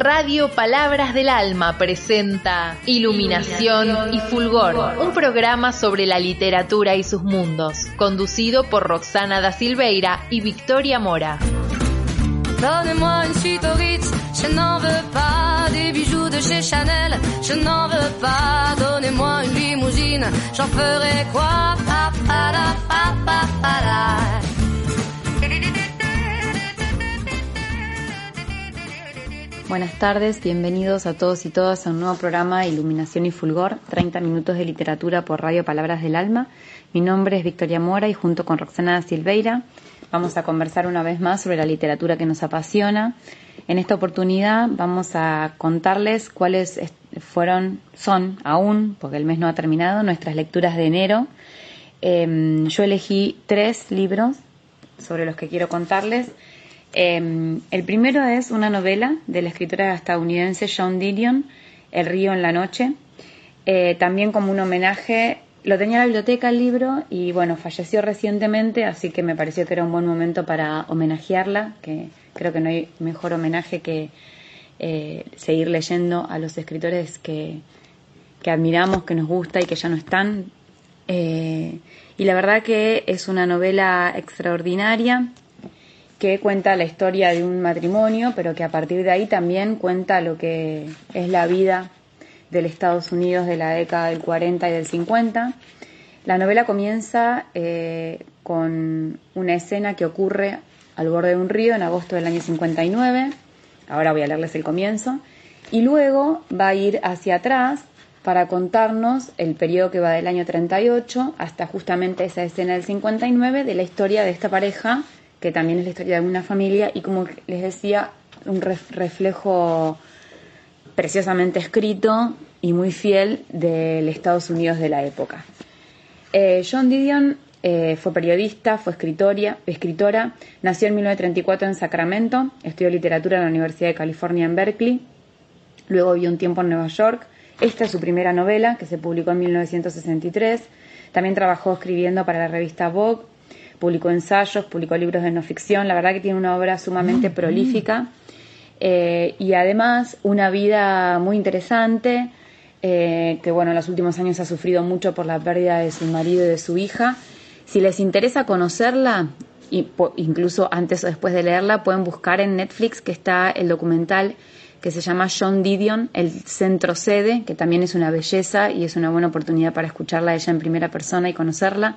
Radio Palabras del Alma presenta Iluminación y Fulgor, un programa sobre la literatura y sus mundos, conducido por Roxana da Silveira y Victoria Mora. Donnez-moi une suite au Ritz, je n'en veux pas des bijoux de chez Chanel, je n'en veux pas. Donnez-moi une limousine, j'en ferai quoi? Pa, para, pa, pa, para. Buenas tardes, bienvenidos a todos y todas a un nuevo programa Iluminación y Fulgor, 30 minutos de literatura por Radio Palabras del Alma. Mi nombre es Victoria Mora y junto con Roxana da Silveira vamos a conversar una vez más sobre la literatura que nos apasiona. En esta oportunidad vamos a contarles cuáles son aún, porque el mes no ha terminado, nuestras lecturas de enero. Yo elegí 3 libros sobre los que quiero contarles. El primero es una novela de la escritora estadounidense Joan Didion, El río en la noche. También como un homenaje, lo tenía en la biblioteca el libro y bueno, falleció recientemente, así que me pareció que era un buen momento para homenajearla, que creo que no hay mejor homenaje que seguir leyendo a los escritores que admiramos, que nos gusta y que ya no están. Y la verdad que es una novela extraordinaria, que cuenta la historia de un matrimonio, pero que a partir de ahí también cuenta lo que es la vida del Estados Unidos de la década del 40 y del 50. La novela comienza con una escena que ocurre al borde de un río en agosto del año 59. Ahora voy a leerles el comienzo. Y luego va a ir hacia atrás para contarnos el periodo que va del año 38 hasta justamente esa escena del 59 de la historia de esta pareja, que también es la historia de una familia y, como les decía, un reflejo preciosamente escrito y muy fiel del Estados Unidos de la época. Joan Didion fue periodista, fue escritora, nació en 1934 en Sacramento, estudió literatura en la Universidad de California en Berkeley, luego vivió un tiempo en Nueva York. Esta es su primera novela, que se publicó en 1963. También trabajó escribiendo para la revista Vogue, publicó ensayos, publicó libros de no ficción. La verdad que tiene una obra sumamente prolífica y además una vida muy interesante, que bueno, en los últimos años ha sufrido mucho por la pérdida de su marido y de su hija. Si les interesa conocerla, incluso antes o después de leerla, pueden buscar en Netflix, que está el documental que se llama Joan Didion, el centro sede, que también es una belleza y es una buena oportunidad para escucharla a ella en primera persona y conocerla.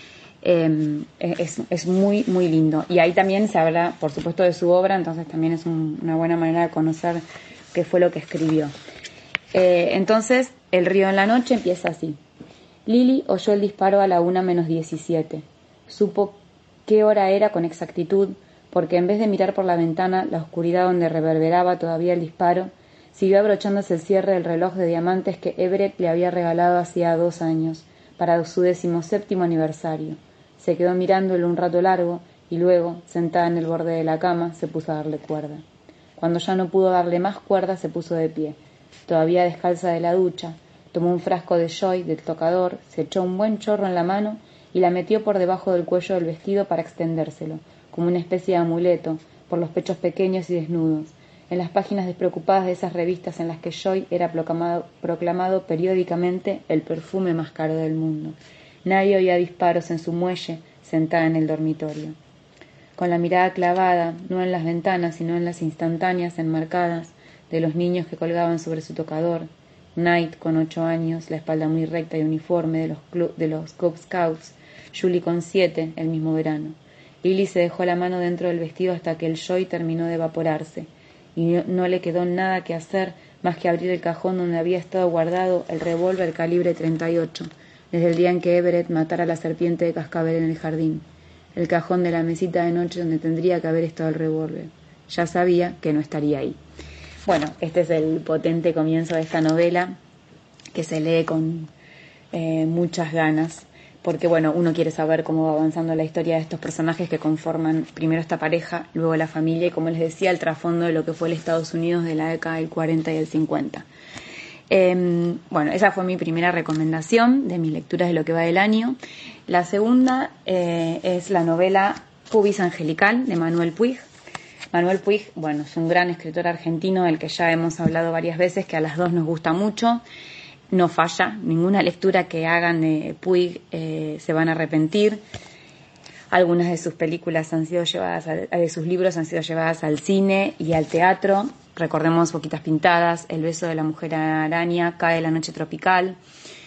Es muy, muy lindo. Y ahí también se habla, por supuesto, de su obra, entonces también es una buena manera de conocer qué fue lo que escribió. Entonces, El río en la noche empieza así. Lily oyó el disparo a la 1:17. Supo qué hora era con exactitud, porque en vez de mirar por la ventana, la oscuridad donde reverberaba todavía el disparo, siguió abrochándose el cierre del reloj de diamantes que Everett le había regalado hacía 2 años, para su 17º aniversario. Se quedó mirándolo un rato largo y luego, sentada en el borde de la cama, se puso a darle cuerda. Cuando ya no pudo darle más cuerda, se puso de pie. Todavía descalza de la ducha, tomó un frasco de Joy del tocador, se echó un buen chorro en la mano y la metió por debajo del cuello del vestido para extendérselo, como una especie de amuleto, por los pechos pequeños y desnudos, en las páginas despreocupadas de esas revistas en las que Joy era proclamado periódicamente el perfume más caro del mundo. Nadie oía disparos en su muelle, sentada en el dormitorio. Con la mirada clavada, no en las ventanas, sino en las instantáneas enmarcadas de los niños que colgaban sobre su tocador, Knight con 8 años, la espalda muy recta y uniforme de los Cub Scouts, Julie con 7, el mismo verano. Lily se dejó la mano dentro del vestido hasta que el Joy terminó de evaporarse, y no le quedó nada que hacer más que abrir el cajón donde había estado guardado el revólver calibre 38, desde el día en que Everett matara a la serpiente de cascabel en el jardín, el cajón de la mesita de noche donde tendría que haber estado el revólver. Ya sabía que no estaría ahí. Bueno, este es el potente comienzo de esta novela, que se lee con muchas ganas, porque bueno, uno quiere saber cómo va avanzando la historia de estos personajes que conforman primero esta pareja, luego la familia y, como les decía, el trasfondo de lo que fue el Estados Unidos de la década del 40 y del 50. Bueno, esa fue mi primera recomendación de mis lecturas de lo que va del año. La segunda es la novela Pubis Angelical, de Manuel Puig. Manuel Puig, bueno, es un gran escritor argentino del que ya hemos hablado varias veces, que a las dos nos gusta mucho. No falla, ninguna lectura que hagan de Puig se van a arrepentir. Algunas de sus películas han sido llevadas, de sus libros han sido llevadas al cine y al teatro. Recordemos Boquitas Pintadas, El beso de la mujer araña, Cae la noche tropical.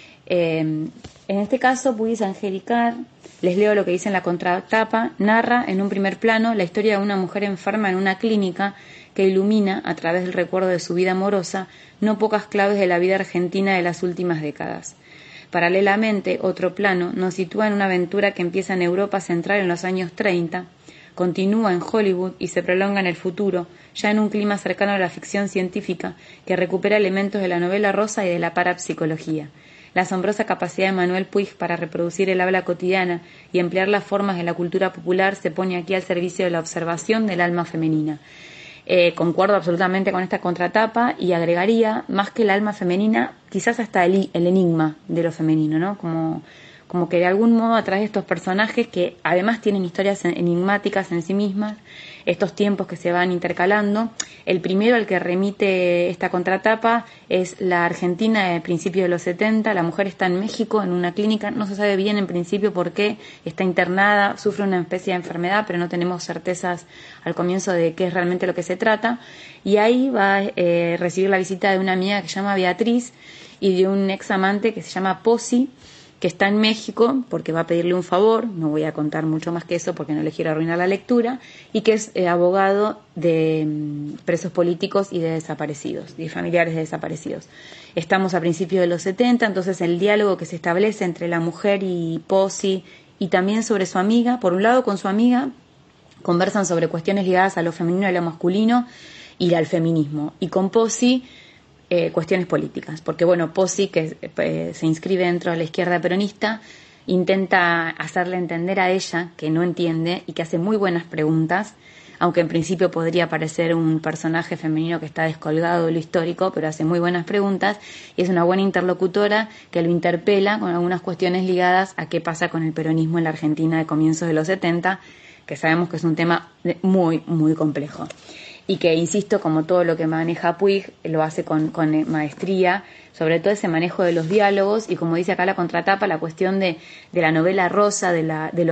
En este caso, Puig Angelical, les leo lo que dice en la contratapa, narra en un primer plano la historia de una mujer enferma en una clínica que ilumina, a través del recuerdo de su vida amorosa, no pocas claves de la vida argentina de las últimas décadas. Paralelamente, otro plano nos sitúa en una aventura que empieza en Europa Central en los años 30, continúa en Hollywood y se prolonga en el futuro, ya en un clima cercano a la ficción científica que recupera elementos de la novela rosa y de la parapsicología. La asombrosa capacidad de Manuel Puig para reproducir el habla cotidiana y emplear las formas de la cultura popular se pone aquí al servicio de la observación del alma femenina. Concuerdo absolutamente con esta contratapa y agregaría, más que el alma femenina, quizás hasta el enigma de lo femenino, ¿no? Como que de algún modo a través de estos personajes que además tienen historias enigmáticas en sí mismas, estos tiempos que se van intercalando. El primero al que remite esta contratapa es la Argentina de principios de los 70. La mujer está en México en una clínica, no se sabe bien en principio por qué, está internada, sufre una especie de enfermedad, pero no tenemos certezas al comienzo de qué es realmente lo que se trata. Y ahí va a recibir la visita de una amiga que se llama Beatriz y de un ex amante que se llama Pozzi, que está en México porque va a pedirle un favor, no voy a contar mucho más que eso porque no le quiero arruinar la lectura, y que es abogado de presos políticos y de desaparecidos, de familiares de desaparecidos. Estamos a principios de los 70, entonces el diálogo que se establece entre la mujer y Pozzi y también sobre su amiga, por un lado con su amiga, conversan sobre cuestiones ligadas a lo femenino y a lo masculino y al feminismo, y con Pozzi cuestiones políticas, porque bueno, Pozzi, que se inscribe dentro de la izquierda peronista, intenta hacerle entender a ella que no entiende y que hace muy buenas preguntas, aunque en principio podría parecer un personaje femenino que está descolgado de lo histórico, pero hace muy buenas preguntas y es una buena interlocutora que lo interpela con algunas cuestiones ligadas a qué pasa con el peronismo en la Argentina de comienzos de los 70, que sabemos que es un tema muy, muy complejo. Y que, insisto, como todo lo que maneja Puig, lo hace con maestría, sobre todo ese manejo de los diálogos y, como dice acá la contratapa, la cuestión de la novela rosa, de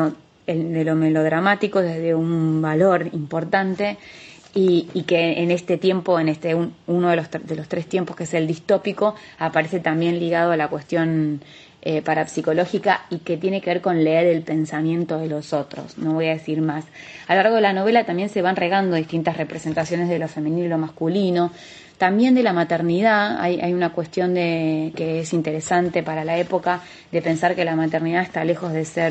lo melodramático desde un valor importante y que en este tiempo, uno de los tres tiempos que es el distópico, aparece también ligado a la cuestión parapsicológica y que tiene que ver con leer el pensamiento de los otros, no voy a decir más. A lo largo de la novela también se van regando distintas representaciones de lo femenino y lo masculino, también de la maternidad. Hay una cuestión que es interesante para la época, de pensar que la maternidad está lejos de ser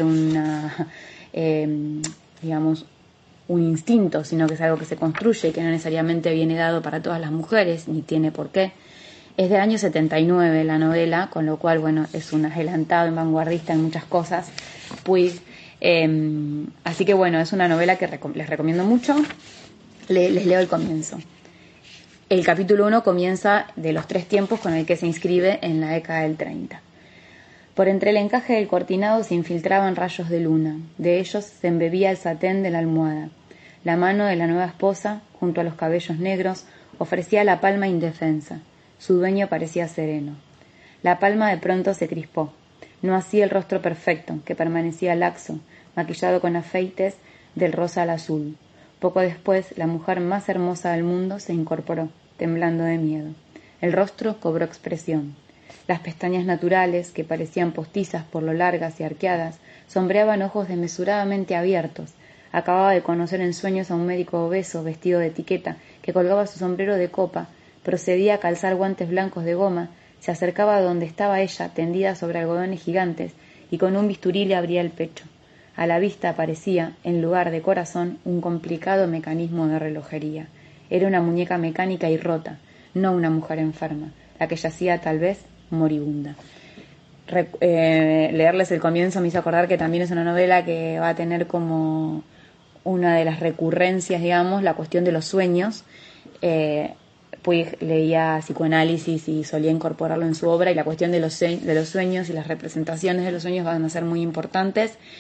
digamos, un instinto, sino que es algo que se construye y que no necesariamente viene dado para todas las mujeres, ni tiene por qué. Es del año 79 la novela, con lo cual, bueno, es un adelantado en vanguardista en muchas cosas, Puig. Así que, bueno, es una novela que les recomiendo mucho. Les leo el comienzo. El capítulo 1 comienza de los tres tiempos con el que se inscribe en la década del 30. Por entre el encaje del cortinado se infiltraban rayos de luna. De ellos se embebía el satén de la almohada. La mano de la nueva esposa, junto a los cabellos negros, ofrecía la palma indefensa. Su dueño parecía sereno. La palma de pronto se crispó. No así el rostro perfecto, que permanecía laxo, maquillado con afeites del rosa al azul. Poco después, la mujer más hermosa del mundo se incorporó, temblando de miedo. El rostro cobró expresión. Las pestañas naturales, que parecían postizas por lo largas y arqueadas, sombreaban ojos desmesuradamente abiertos. Acababa de conocer en sueños a un médico obeso, vestido de etiqueta, que colgaba su sombrero de copa, procedía a calzar guantes blancos de goma, se acercaba a donde estaba ella, tendida sobre algodones gigantes, y con un bisturí le abría el pecho. A la vista aparecía, en lugar de corazón, un complicado mecanismo de relojería. Era una muñeca mecánica y rota, no una mujer enferma, la que yacía tal vez moribunda. Leerles el comienzo me hizo acordar que también es una novela que va a tener como una de las recurrencias, digamos, la cuestión de los sueños. Puig leía psicoanálisis y solía incorporarlo en su obra, y la cuestión de los sueños y las representaciones de los sueños van a ser muy importantes.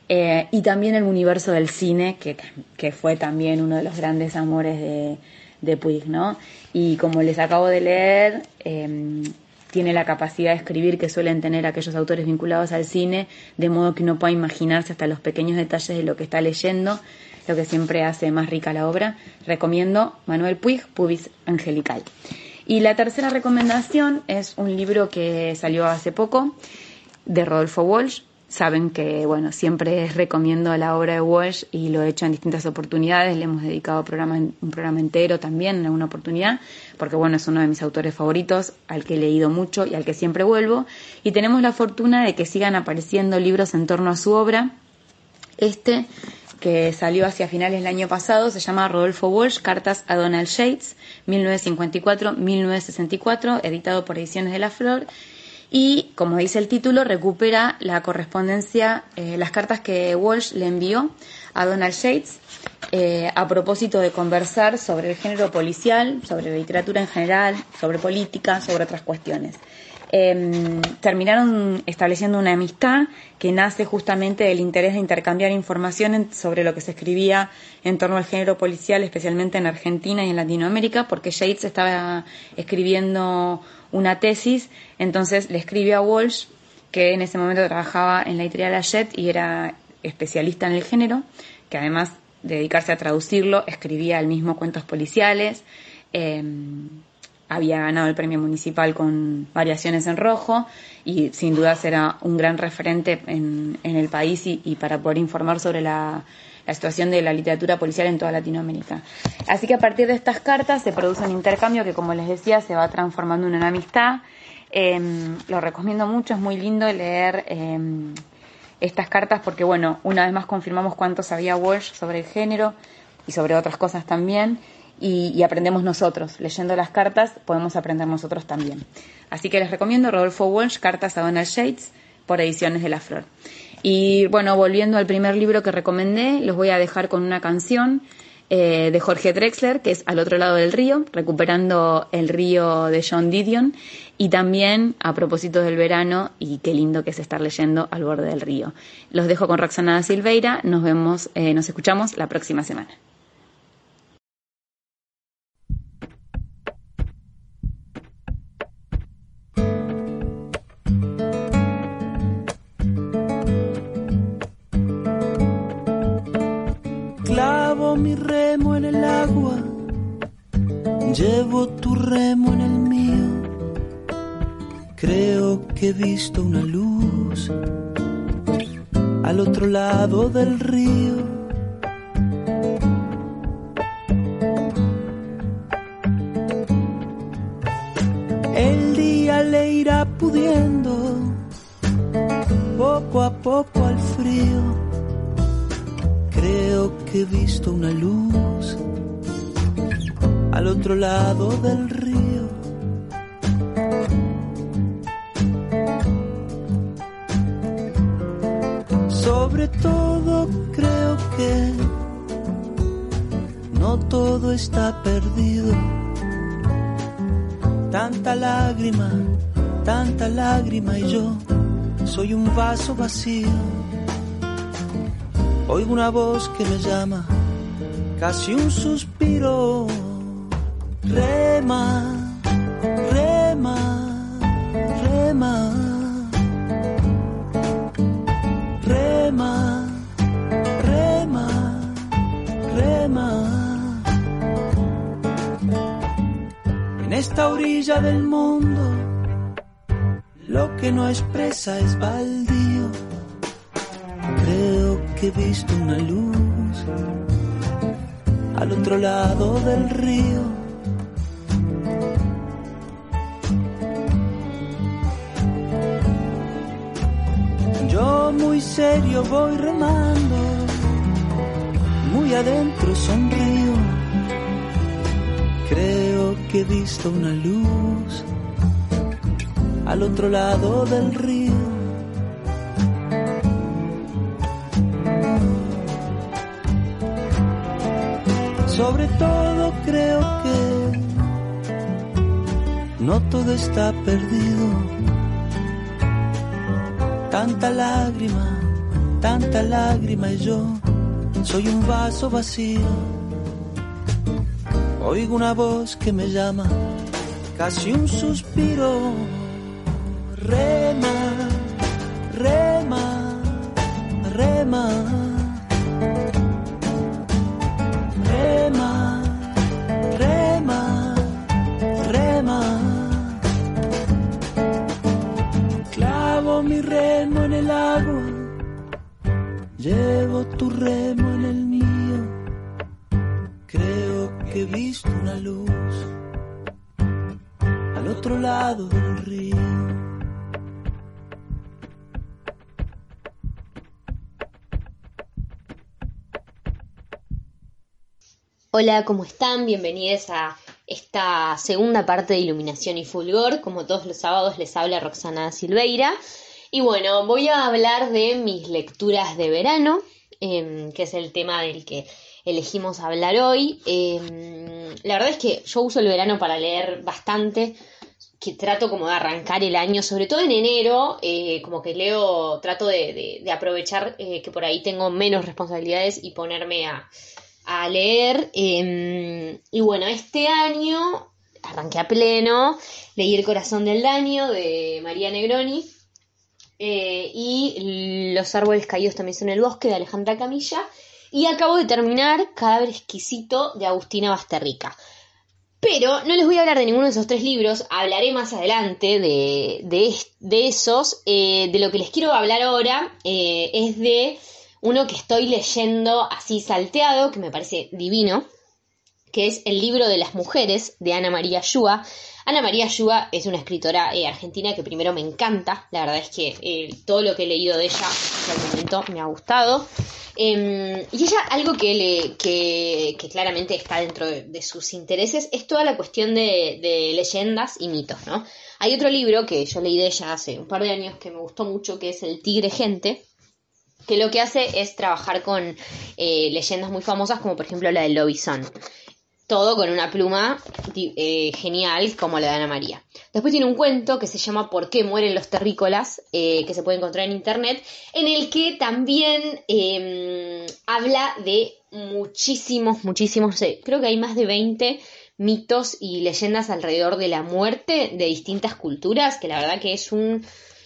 y también el universo del cine, que fue también uno de los grandes amores de Puig, ¿no? Y como les acabo de leer, tiene la capacidad de escribir que suelen tener aquellos autores vinculados al cine, de modo que uno pueda imaginarse hasta los pequeños detalles de lo que está leyendo, lo que siempre hace más rica la obra. Recomiendo Manuel Puig, Pubis Angelical. Y la tercera recomendación es un libro que salió hace poco, de Rodolfo Walsh. Saben que, bueno, siempre recomiendo la obra de Walsh y lo he hecho en distintas oportunidades. Le hemos dedicado un programa entero también en alguna oportunidad, porque, bueno, es uno de mis autores favoritos, al que he leído mucho y al que siempre vuelvo. Y tenemos la fortuna de que sigan apareciendo libros en torno a su obra. Que salió hacia finales del año pasado, se llama Rodolfo Walsh, Cartas a Donald Yates, 1954-1964, editado por Ediciones de la Flor. Y, como dice el título, recupera la correspondencia, las cartas que Walsh le envió a Donald Yates a propósito de conversar sobre el género policial, sobre la literatura en general, sobre política, sobre otras cuestiones. Terminaron estableciendo una amistad que nace justamente del interés de intercambiar información sobre lo que se escribía en torno al género policial, especialmente en Argentina y en Latinoamérica, porque Yates estaba escribiendo una tesis, entonces le escribió a Walsh, que en ese momento trabajaba en la editorial Hachette y era especialista en el género, que además de dedicarse a traducirlo, escribía él mismo cuentos policiales. Había ganado el premio municipal con Variaciones en Rojo y sin duda será un gran referente en el país y para poder informar sobre la situación de la literatura policial en toda Latinoamérica. Así que a partir de estas cartas se produce un intercambio que, como les decía, se va transformando en una amistad. Lo recomiendo mucho, es muy lindo leer estas cartas porque, bueno, una vez más confirmamos cuánto sabía Walsh sobre el género y sobre otras cosas también. Y aprendemos nosotros. Leyendo las cartas podemos aprender nosotros también. Así que les recomiendo Rodolfo Walsh, Cartas a Donald Yates, por Ediciones de la Flor. Y bueno, volviendo al primer libro que recomendé, los voy a dejar con una canción de Jorge Drexler, que es Al otro lado del río, recuperando el río de John Didion, y también a propósito del verano, y qué lindo que es estar leyendo al borde del río. Los dejo con Roxana da Silveira, nos escuchamos la próxima semana. Clavo mi remo en el agua, llevo tu remo en el mío. Creo que he visto una luz al otro lado del río. El día le irá pudiendo poco a poco al frío. Creo que he visto una luz al otro lado del río. Sobre todo creo que no todo está perdido. Tanta lágrima y yo soy un vaso vacío. Oigo una voz que me llama, casi un suspiro. Rema, rema, rema. Rema, rema, rema. En esta orilla del mundo, lo que no expresa es baldío. Creo que he visto una luz al otro lado del río. Yo muy serio voy remando, muy adentro sonrío. Creo que he visto una luz al otro lado del río. Sobre todo creo que no todo está perdido. Tanta lágrima tanta lágrima y yo soy un vaso vacío. Oigo una voz que me llama, casi un suspiro. Rema, rema, rema. Rema, rema, rema. Clavo mi remo en el agua, llevo tu remo en el mío. Creo que he visto una luz al otro lado del río. Hola, ¿cómo están? Bienvenidos a esta segunda parte de Iluminación y Fulgor. Como todos los sábados les habla Roxana da Silveira. Y bueno, voy a hablar de mis lecturas de verano, que es el tema del que elegimos hablar hoy. La verdad es que yo uso el verano para leer bastante, que trato como de arrancar el año, sobre todo en enero, como que leo, trato de aprovechar que por ahí tengo menos responsabilidades y ponerme a leer. Y bueno, este año arranqué a pleno, leí El corazón del daño de María Negroni, y Los árboles caídos también son el bosque de Alejandra Camilla, y acabo de terminar Cadáver exquisito de Agustina Basterrica. Pero no les voy a hablar de ninguno de esos tres libros, hablaré más adelante de esos. De lo que les quiero hablar ahora es de uno que estoy leyendo así salteado, que me parece divino, que es El libro de las mujeres, de Ana María Yua. Ana María Yua es una escritora argentina que primero me encanta. La verdad es que todo lo que he leído de ella hasta el momento me ha gustado. Y ella, algo que claramente está dentro de sus intereses, es toda la cuestión de leyendas y mitos, ¿no? Hay otro libro que yo leí de ella hace un par de años que me gustó mucho, que es El tigre gente, que lo que hace es trabajar con leyendas muy famosas, como por ejemplo la del lobizón. Todo con una pluma genial como la de Ana María. Después tiene un cuento que se llama ¿Por qué mueren los terrícolas?, que se puede encontrar en internet, en el que también habla de muchísimos, creo que hay más de 20 mitos y leyendas alrededor de la muerte de distintas culturas, que la verdad que es un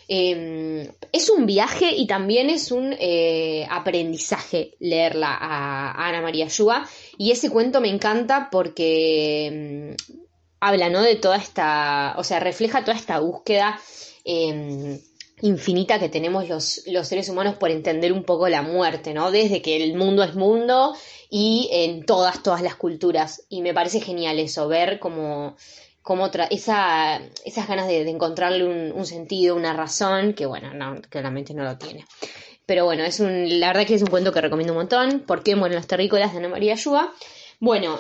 viaje y también es un aprendizaje leerla a Ana María Yua. Y ese cuento me encanta porque habla, ¿no?, de toda esta, o sea, refleja toda esta búsqueda infinita que tenemos los seres humanos por entender un poco la muerte, ¿no? Desde que el mundo es mundo y en todas las culturas. Y me parece genial eso, ver como esas ganas de encontrarle un sentido, una razón, que bueno, no, claramente no lo tiene. Pero bueno, la verdad que es un cuento que recomiendo un montón. ¿Por qué mueren los terrícolas?, de Ana María Yua. Bueno,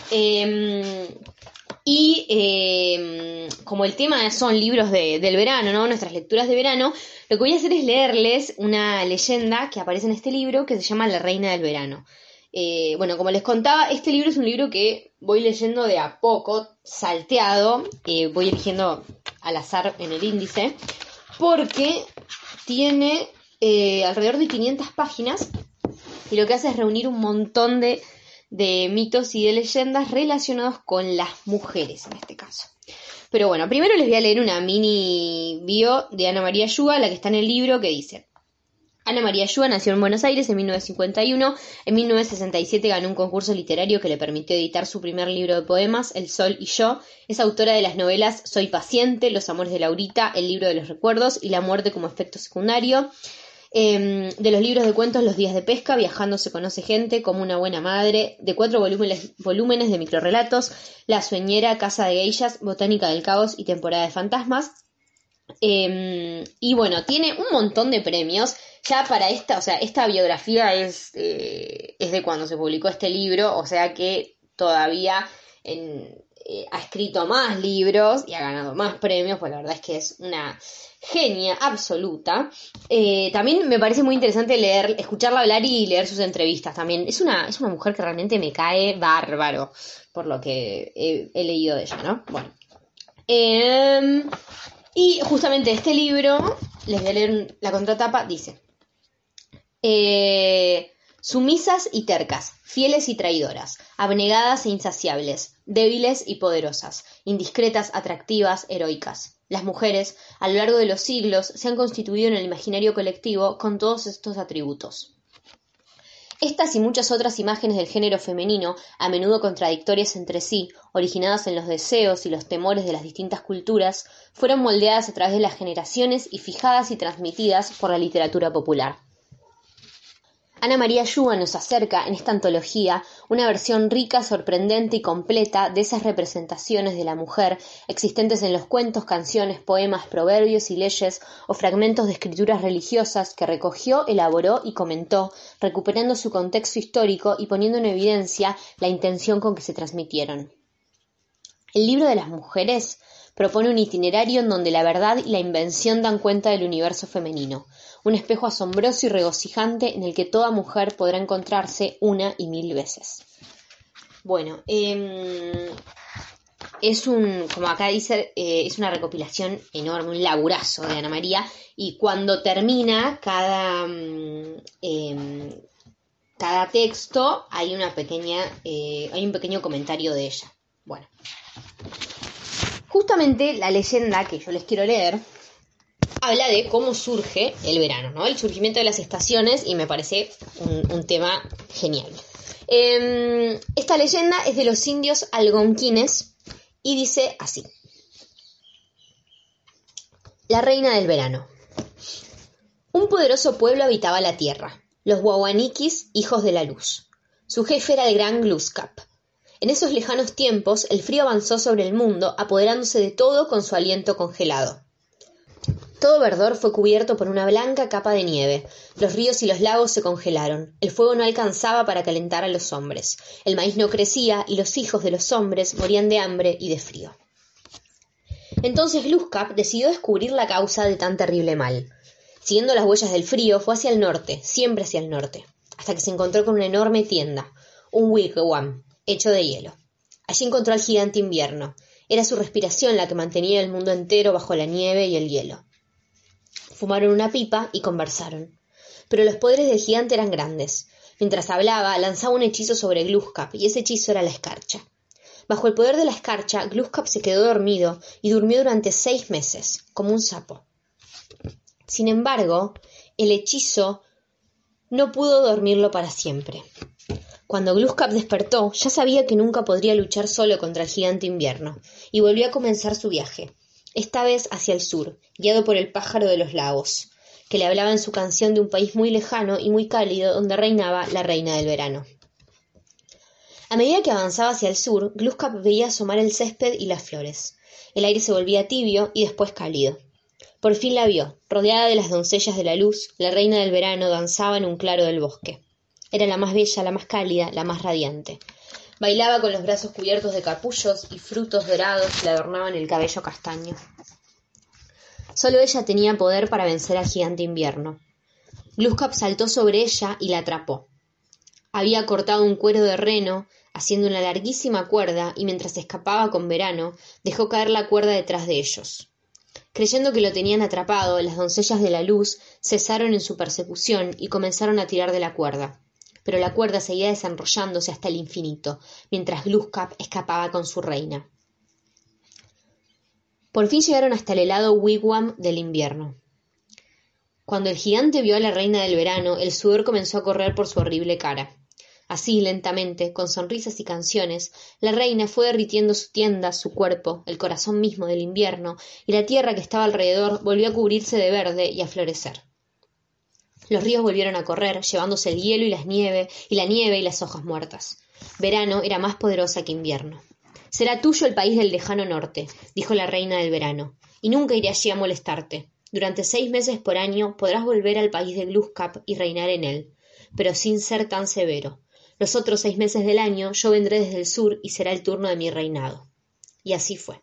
como el tema son libros del verano, ¿no?, nuestras lecturas de verano, lo que voy a hacer es leerles una leyenda que aparece en este libro que se llama La reina del verano. Bueno, como les contaba, este libro es un libro que voy leyendo de a poco, salteado, voy eligiendo al azar en el índice, porque tiene alrededor de 500 páginas, y lo que hace es reunir un montón de mitos y de leyendas relacionados con las mujeres, en este caso. Pero bueno, primero les voy a leer una mini bio de Ana María Yua, la que está en el libro, que dice: Ana María Yua nació en Buenos Aires en 1951. En 1967 ganó un concurso literario que le permitió editar su primer libro de poemas, El sol y yo. Es autora de las novelas Soy paciente, Los amores de Laurita, El libro de los recuerdos y La muerte como efecto secundario. De los libros de cuentos Los días de pesca, Viajando se conoce gente, Como una buena madre, de 4 volúmenes de microrrelatos, La sueñera, Casa de geishas, Botánica del caos y Temporada de fantasmas. Y bueno, tiene un montón de premios. Ya para esta biografía es de cuando se publicó este libro, o sea que todavía ha escrito más libros y ha ganado más premios, pues la verdad es que es una genia absoluta. También me parece muy interesante escucharla hablar y leer sus entrevistas también. Es una mujer que realmente me cae bárbaro, por lo que he leído de ella, ¿no? Bueno. Y justamente este libro, les voy a leer la contratapa, dice: Sumisas y tercas, fieles y traidoras, abnegadas e insaciables, débiles y poderosas, indiscretas, atractivas, heroicas. Las mujeres, a lo largo de los siglos, se han constituido en el imaginario colectivo con todos estos atributos. Estas y muchas otras imágenes del género femenino, a menudo contradictorias entre sí, originadas en los deseos y los temores de las distintas culturas, fueron moldeadas a través de las generaciones y fijadas y transmitidas por la literatura popular. Ana María Yuba nos acerca en esta antología una versión rica, sorprendente y completa de esas representaciones de la mujer existentes en los cuentos, canciones, poemas, proverbios y leyes o fragmentos de escrituras religiosas que recogió, elaboró y comentó, recuperando su contexto histórico y poniendo en evidencia la intención con que se transmitieron. El libro de las mujeres propone un itinerario en donde la verdad y la invención dan cuenta del universo femenino, un espejo asombroso y regocijante en el que toda mujer podrá encontrarse una y mil veces. Bueno, como acá dice, es una recopilación enorme, un laburazo de Ana María, y cuando termina cada texto hay un pequeño comentario de ella. Bueno, justamente la leyenda que yo les quiero leer habla de cómo surge el verano, ¿no? El surgimiento de las estaciones, y me parece un tema genial. Esta leyenda es de los indios algonquines y dice así: La reina del verano. Un poderoso pueblo habitaba la tierra, los Wawanakis, hijos de la luz. Su jefe era el gran Glooskap. En esos lejanos tiempos, el frío avanzó sobre el mundo, apoderándose de todo con su aliento congelado. Todo verdor fue cubierto por una blanca capa de nieve. Los ríos y los lagos se congelaron. El fuego no alcanzaba para calentar a los hombres. El maíz no crecía y los hijos de los hombres morían de hambre y de frío. Entonces Glooskap decidió descubrir la causa de tan terrible mal. Siguiendo las huellas del frío, fue hacia el norte, siempre hacia el norte, hasta que se encontró con una enorme tienda, un wigwam, hecho de hielo. Allí encontró al gigante invierno. Era su respiración la que mantenía el mundo entero bajo la nieve y el hielo. Fumaron una pipa y conversaron. Pero los poderes del gigante eran grandes. Mientras hablaba, lanzaba un hechizo sobre Glooskap, y ese hechizo era la escarcha. Bajo el poder de la escarcha, Glooskap se quedó dormido y durmió durante 6 meses, como un sapo. Sin embargo, el hechizo no pudo dormirlo para siempre. Cuando Glooskap despertó, ya sabía que nunca podría luchar solo contra el gigante invierno, y volvió a comenzar su viaje, esta vez hacia el sur, guiado por el pájaro de los lagos, que le hablaba en su canción de un país muy lejano y muy cálido donde reinaba la reina del verano. A medida que avanzaba hacia el sur, Glooskap veía asomar el césped y las flores. El aire se volvía tibio y después cálido. Por fin la vio, rodeada de las doncellas de la luz, la reina del verano danzaba en un claro del bosque. Era la más bella, la más cálida, la más radiante. Bailaba con los brazos cubiertos de capullos y frutos dorados que le adornaban el cabello castaño. Solo ella tenía poder para vencer al gigante invierno. Glooskap saltó sobre ella y la atrapó. Había cortado un cuero de reno, haciendo una larguísima cuerda, y mientras escapaba con Verano, dejó caer la cuerda detrás de ellos. Creyendo que lo tenían atrapado, las doncellas de la luz cesaron en su persecución y comenzaron a tirar de la cuerda. Pero la cuerda seguía desenrollándose hasta el infinito, mientras Glooskap escapaba con su reina. Por fin llegaron hasta el helado wigwam del invierno. Cuando el gigante vio a la reina del verano, el sudor comenzó a correr por su horrible cara. Así, lentamente, con sonrisas y canciones, la reina fue derritiendo su tienda, su cuerpo, el corazón mismo del invierno, y la tierra que estaba alrededor volvió a cubrirse de verde y a florecer. Los ríos volvieron a correr, llevándose el hielo y la nieve y las hojas muertas. Verano era más poderosa que invierno. «Será tuyo el país del lejano norte», dijo la reina del verano, «y nunca iré allí a molestarte. Durante 6 meses por año podrás volver al país de Glooskap y reinar en él, pero sin ser tan severo. Los otros 6 meses del año yo vendré desde el sur y será el turno de mi reinado». Y así fue.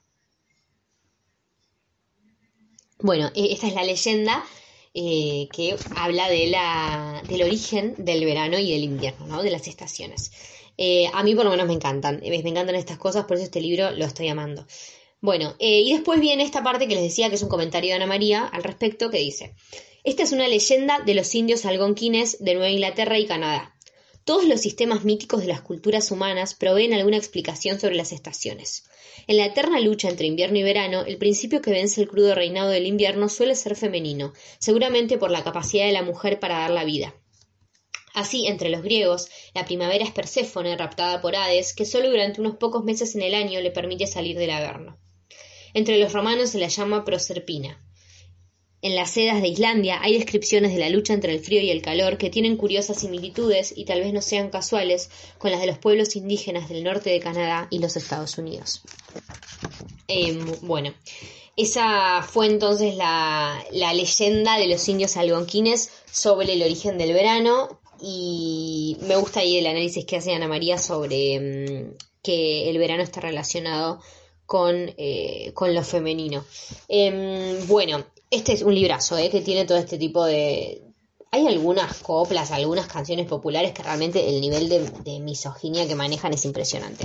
Bueno, esta es la leyenda que habla del origen del verano y del invierno, ¿no? De las estaciones. A mí por lo menos me encantan estas cosas, por eso este libro lo estoy amando. Bueno, y después viene esta parte que les decía que es un comentario de Ana María al respecto, que dice: Esta es una leyenda de los indios algonquines de Nueva Inglaterra y Canadá. Todos los sistemas míticos de las culturas humanas proveen alguna explicación sobre las estaciones. En la eterna lucha entre invierno y verano, el principio que vence el crudo reinado del invierno suele ser femenino, seguramente por la capacidad de la mujer para dar la vida. Así, entre los griegos, la primavera es Perséfone, raptada por Hades, que solo durante unos pocos meses en el año le permite salir del Averno. Entre los romanos se la llama Proserpina. En las Edas de Islandia hay descripciones de la lucha entre el frío y el calor que tienen curiosas similitudes y tal vez no sean casuales con las de los pueblos indígenas del norte de Canadá y los Estados Unidos. Bueno, esa fue entonces la leyenda de los indios algonquines sobre el origen del verano, y me gusta ahí el análisis que hace Ana María sobre que el verano está relacionado con lo femenino. Bueno, este es un librazo que tiene todo este tipo de... Hay algunas coplas, algunas canciones populares que realmente el nivel de misoginia que manejan es impresionante.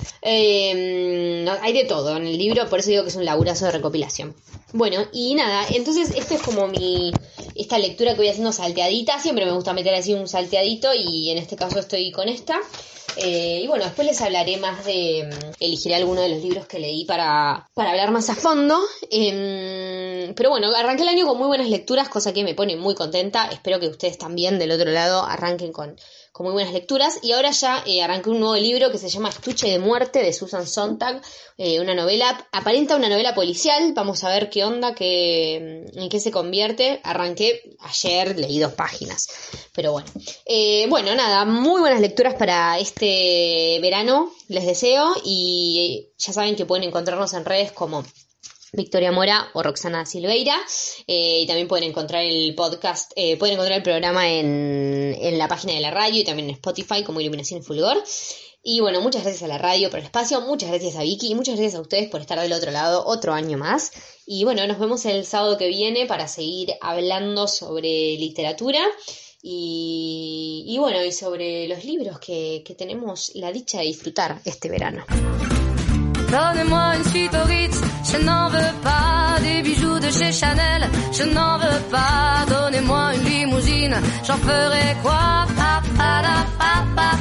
Hay de todo en el libro, por eso digo que es un laburazo de recopilación. Bueno, y nada, entonces esto es como esta lectura que voy haciendo salteadita. Siempre me gusta meter así un salteadito y en este caso estoy con esta. Y bueno, después les hablaré más elegiré alguno de los libros que leí para hablar más a fondo. Pero bueno, arranqué el año con muy buenas lecturas, cosa que me pone muy contenta. Espero que ustedes también del otro lado arranquen con muy buenas lecturas. Y ahora ya arranqué un nuevo libro que se llama Estuche de muerte, de Susan Sontag, una novela, aparenta una novela policial. Vamos a ver qué onda, en qué se convierte. Arranqué ayer, leí 2 páginas, pero bueno. Bueno, nada, muy buenas lecturas para este verano, les deseo, y ya saben que pueden encontrarnos en redes como Victoria Mora o Roxana Silveira, y también pueden encontrar el podcast, pueden encontrar el programa en la página de la radio y también en Spotify como Iluminación y Fulgor. Y bueno, muchas gracias a la radio por el espacio, muchas gracias a Vicky y muchas gracias a ustedes por estar del otro lado otro año más. Y bueno, nos vemos el sábado que viene para seguir hablando sobre literatura y bueno, y sobre los libros que tenemos la dicha de disfrutar este verano. Donnez-moi une suite au Ritz, je n'en veux pas. Des bijoux de chez Chanel, je n'en veux pas. Donnez-moi une limousine, j'en ferai quoi? Pa, pa, da, pa, pa.